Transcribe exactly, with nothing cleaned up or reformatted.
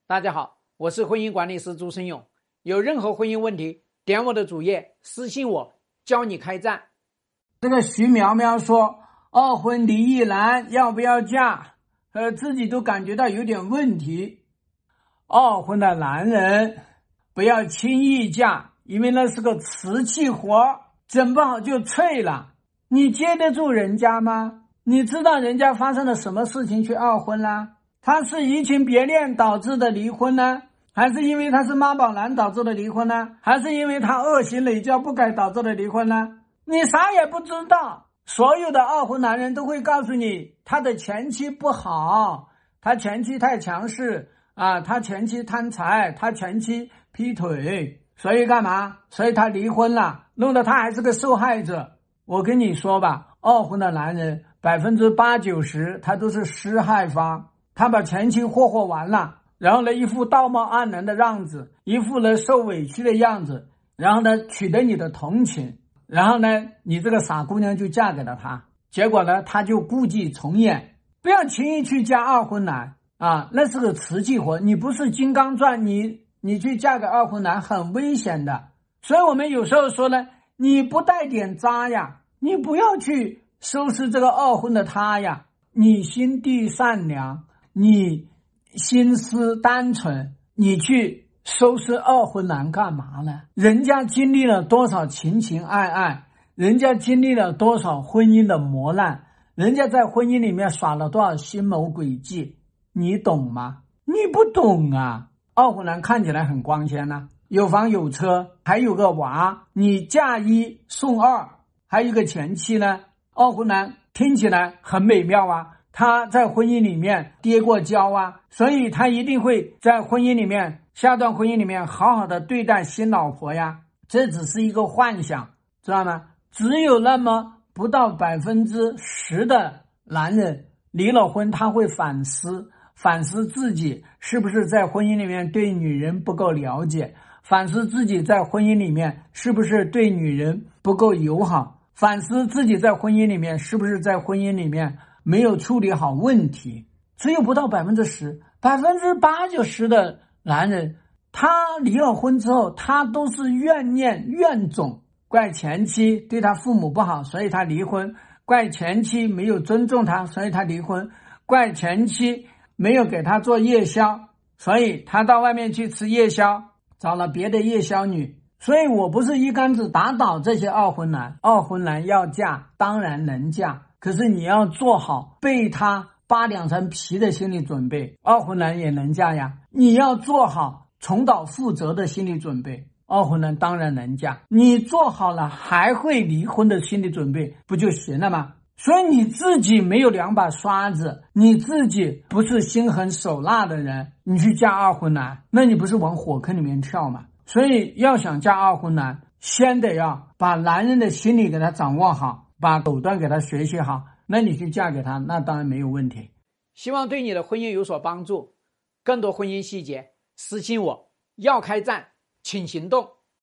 大家好，我是婚姻管理师朱生勇。有任何婚姻问题，点我的主页私信我，教你开战。 这个徐苗苗说，二婚离异难，要不要嫁？呃，自己都感觉到有点问题。二婚的男人不要轻易嫁，因为那是个瓷器活，整不好就脆了。你接得住人家吗？你知道人家发生了什么事情去二婚啦？他是移情别恋导致的离婚呢，还是因为他是妈宝男导致的离婚呢？还是因为他恶行累教不改导致的离婚呢？你啥也不知道。所有的二婚男人都会告诉你，他的前妻不好，他前妻太强势啊，他前妻贪财，他前妻劈腿，所以干嘛？所以他离婚了，弄得他还是个受害者。我跟你说吧，二婚的男人百分之八九十他都是施害方，他把前妻霍霍完了，然后呢一副道貌岸然的样子，一副呢受委屈的样子，然后呢取得你的同情，然后呢你这个傻姑娘就嫁给了他，结果呢他就故伎重演。不要轻易去嫁二婚男啊，那是个瓷器活，你不是金刚钻，你你去嫁给二婚男很危险的。所以我们有时候说呢，你不带点渣呀，你不要去收拾这个二婚的他呀，你心地善良，你心思单纯，你去收拾二婚男干嘛呢？人家经历了多少情情爱爱，人家经历了多少婚姻的磨难，人家在婚姻里面耍了多少心谋诡计，你懂吗？你不懂啊。二婚男看起来很光鲜啊，有房有车，还有个娃，你嫁一送二，还有一个前妻呢。二婚男听起来很美妙啊，他在婚姻里面跌过跤啊，所以他一定会在婚姻里面，下段婚姻里面好好的对待新老婆呀。这只是一个幻想，知道吗？只有那么不到百分之十的男人离了婚，他会反思反思自己是不是在婚姻里面对女人不够了解，反思自己在婚姻里面是不是对女人不够友好，反思自己在婚姻里面是不是在婚姻里面没有处理好问题。只有不到百分之十，百分之八九十的男人，他离了婚之后，他都是怨念怨种，怪前妻对他父母不好，所以他离婚；怪前妻没有尊重他，所以他离婚；怪前妻没有给他做夜宵，所以他到外面去吃夜宵，找了别的夜宵女。所以我不是一竿子打倒这些二婚男，二婚男要嫁当然能嫁，可是你要做好被他扒两层皮的心理准备。二婚男也能嫁呀，你要做好重蹈覆辙的心理准备。二婚男当然能嫁，你做好了还会离婚的心理准备不就行了吗？所以你自己没有两把刷子，你自己不是心狠手辣的人，你去嫁二婚男，那你不是往火坑里面跳吗？所以要想嫁二婚男，先得要把男人的心理给他掌握好，把手段给他学习好，那你去嫁给他，那当然没有问题。 希望对你的婚姻有所帮助。更多婚姻细节私信我。要开战请行动。